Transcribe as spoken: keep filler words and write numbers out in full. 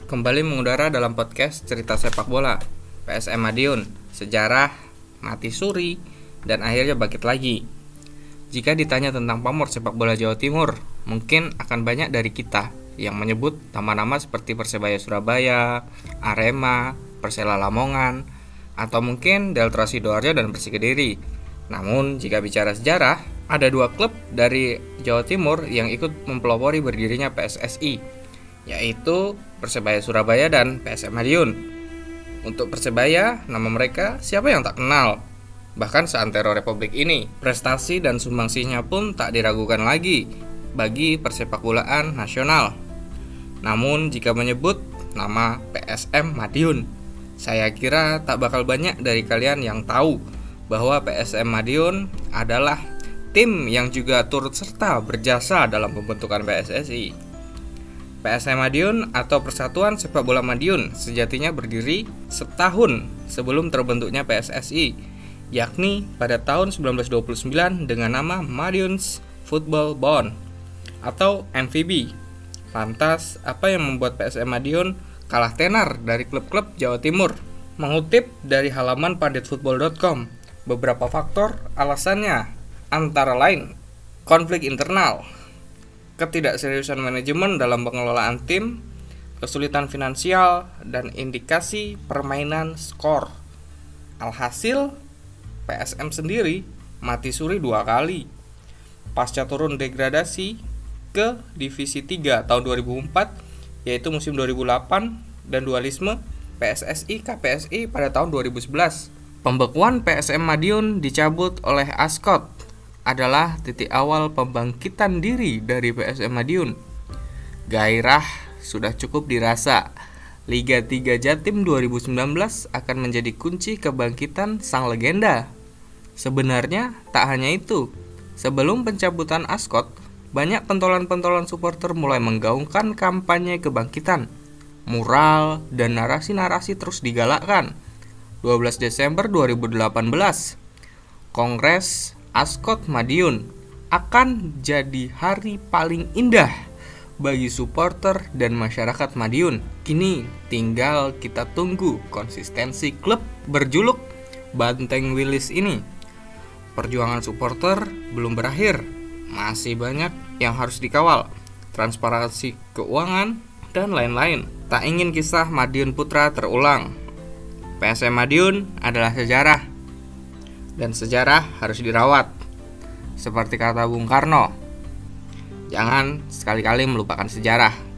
Kembali mengudara dalam podcast Cerita Sepak Bola P S M Madiun, sejarah, mati suri, dan akhirnya bangkit lagi. Jika ditanya tentang pamor sepak bola Jawa Timur, mungkin akan banyak dari kita yang menyebut nama-nama seperti Persebaya Surabaya, Arema, Persela Lamongan, atau mungkin Delta Sidoarjo dan Persik Kediri. Namun jika bicara sejarah, ada dua klub dari Jawa Timur yang ikut mempelopori berdirinya P S S I, yaitu Persebaya Surabaya dan P S M Madiun. Untuk Persebaya, nama mereka siapa yang tak kenal? Bahkan seantero republik ini, prestasi dan sumbangsihnya pun tak diragukan lagi bagi persepakbolaan nasional. Namun jika menyebut nama P S M Madiun, saya kira tak bakal banyak dari kalian yang tahu bahwa P S M Madiun adalah tim yang juga turut serta berjasa dalam pembentukan P S S I. P S M Madiun atau Persatuan Sepak Bola Madiun sejatinya berdiri setahun sebelum terbentuknya P S S I, yakni pada tahun sembilan belas dua puluh sembilan dengan nama Madiun's Football Bond atau M V B. Lantas, apa yang membuat P S M Madiun kalah tenar dari klub-klub Jawa Timur? Mengutip dari halaman pandit football dot com, beberapa faktor alasannya antara lain konflik internal, ketidakseriusan manajemen dalam pengelolaan tim, kesulitan finansial, dan indikasi permainan skor. Alhasil, P S M sendiri mati suri dua kali. Pasca turun degradasi ke Divisi tiga tahun dua ribu empat, yaitu musim dua ribu delapan, dan dualisme P S S I K P S I pada tahun dua ribu sebelas. Pembekuan P S M Madiun dicabut oleh Ascot adalah titik awal pembangkitan diri dari P S M Madiun. Gairah sudah cukup dirasa. Liga tiga Jatim dua ribu sembilan belas akan menjadi kunci kebangkitan sang legenda. Sebenarnya tak hanya itu. Sebelum pencabutan Ascot, banyak pentolan-pentolan supporter mulai menggaungkan kampanye kebangkitan. Mural dan narasi-narasi terus digalakkan. dua belas Desember dua ribu delapan belas, Kongres Ascot Madiun akan jadi hari paling indah bagi supporter dan masyarakat Madiun. Kini tinggal kita tunggu konsistensi klub berjuluk Banteng Wilis ini. Perjuangan supporter belum berakhir, masih banyak yang harus dikawal, transparansi keuangan, dan lain-lain. Tak ingin kisah Madiun Putra terulang. P S M Madiun adalah sejarah, dan sejarah harus dirawat. Seperti kata Bung Karno, jangan sekali-kali melupakan sejarah.